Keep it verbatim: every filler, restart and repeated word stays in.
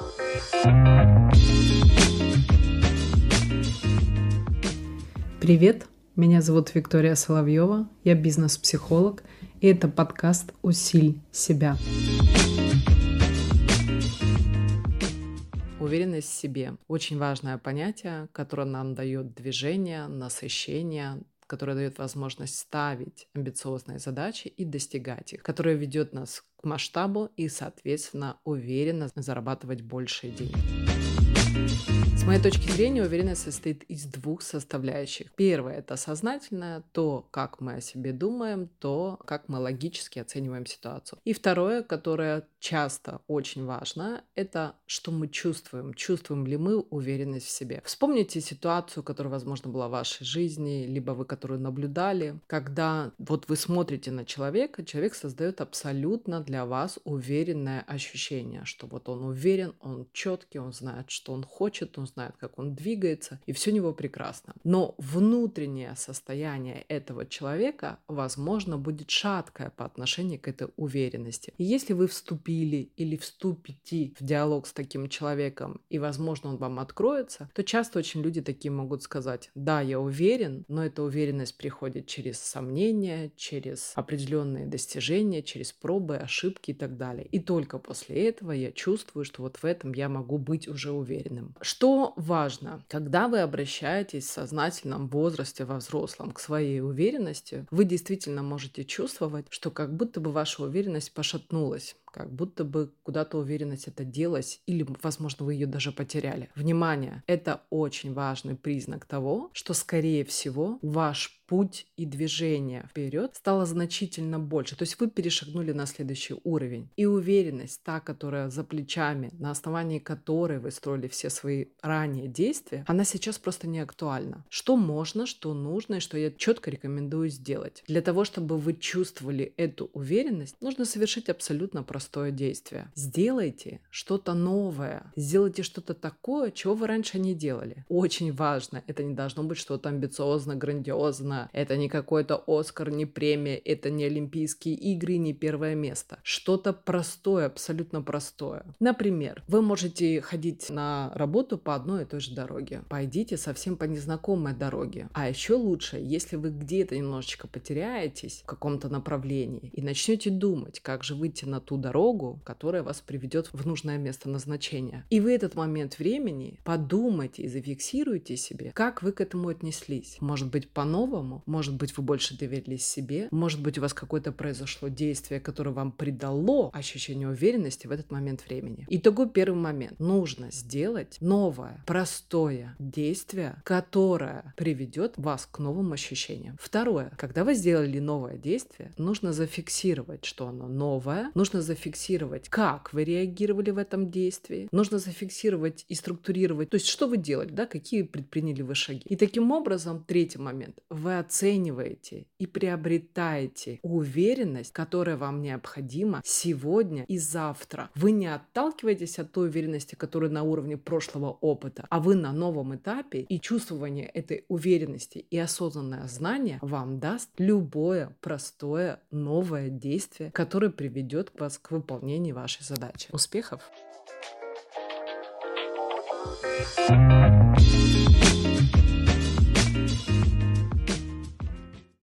Привет, меня зовут Виктория Соловьева, я бизнес-психолог, и это подкаст «Усиль себя». Уверенность в себе – очень важное понятие, которое нам дает движение, насыщение, которое дает возможность ставить амбициозные задачи и достигать их, которое ведет нас к масштабу и, соответственно, уверенно зарабатывать большие деньги. С моей точки зрения, уверенность состоит из двух составляющих. Первое – это сознательное, то, как мы о себе думаем, то, как мы логически оцениваем ситуацию. И второе, которое часто очень важно, это что мы чувствуем. Чувствуем ли мы уверенность в себе. Вспомните ситуацию, которая, возможно, была в вашей жизни, либо вы которую наблюдали, когда вот вы смотрите на человека, человек создает абсолютно для вас уверенное ощущение, что вот он уверен, он четкий, он знает, что он хочет, он знает, как он двигается, и все у него прекрасно. Но внутреннее состояние этого человека, возможно, будет шаткое по отношению к этой уверенности. И если вы вступили или вступите в диалог с таким человеком, и, возможно, он вам откроется, то часто очень люди такие могут сказать: да, я уверен, но эта уверенность приходит через сомнения, через определенные достижения, через пробы, ошибки и так далее. И только после этого я чувствую, что вот в этом я могу быть уже уверенным. Что важно, когда вы обращаетесь в сознательном возрасте, во взрослом, к своей уверенности, вы действительно можете чувствовать, что как будто бы ваша уверенность пошатнулась, как будто бы куда-то уверенность это делась, или, возможно, вы ее даже потеряли. Внимание! Это очень важный признак того, что, скорее всего, ваш путь и движение вперед стало значительно больше. То есть вы перешагнули на следующий уровень. И уверенность, та, которая за плечами, на основании которой вы строили все свои ранее действия, она сейчас просто не актуальна. Что можно, что нужно и что я четко рекомендую сделать. Для того, чтобы вы чувствовали эту уверенность, нужно совершить абсолютно простое действие. Сделайте что-то новое. Сделайте что-то такое, чего вы раньше не делали. Очень важно. Это не должно быть что-то амбициозно, грандиозно. Это не какой-то Оскар, не премия, это не Олимпийские игры, не первое место. Что-то простое, абсолютно простое. Например, вы можете ходить на работу по одной и той же дороге. Пойдите совсем по незнакомой дороге. А еще лучше, если вы где-то немножечко потеряетесь в каком-то направлении и начнете думать, как же выйти на ту дорогу, которая вас приведет в нужное место назначения. И в этот момент времени подумайте и зафиксируйте себе, как вы к этому отнеслись. Может быть, по-новому, может быть, вы больше доверились себе, может быть, у вас какое-то произошло действие, которое вам придало ощущение уверенности в этот момент времени. Итого первый момент. Нужно сделать новое, простое действие, которое приведет вас к новым ощущениям. Второе. Когда вы сделали новое действие, нужно зафиксировать, что оно новое, нужно зафиксировать, как вы реагировали в этом действии, нужно зафиксировать и структурировать, то есть что вы делали, да, какие предприняли вы шаги. И таким образом, третий момент. Вы оцениваете и приобретаете уверенность, которая вам необходима сегодня и завтра. Вы не отталкиваетесь от той уверенности, которая на уровне прошлого опыта, а вы на новом этапе, и чувствование этой уверенности и осознанное знание вам даст любое простое новое действие, которое приведет вас к выполнению вашей задачи. Успехов! Thank you.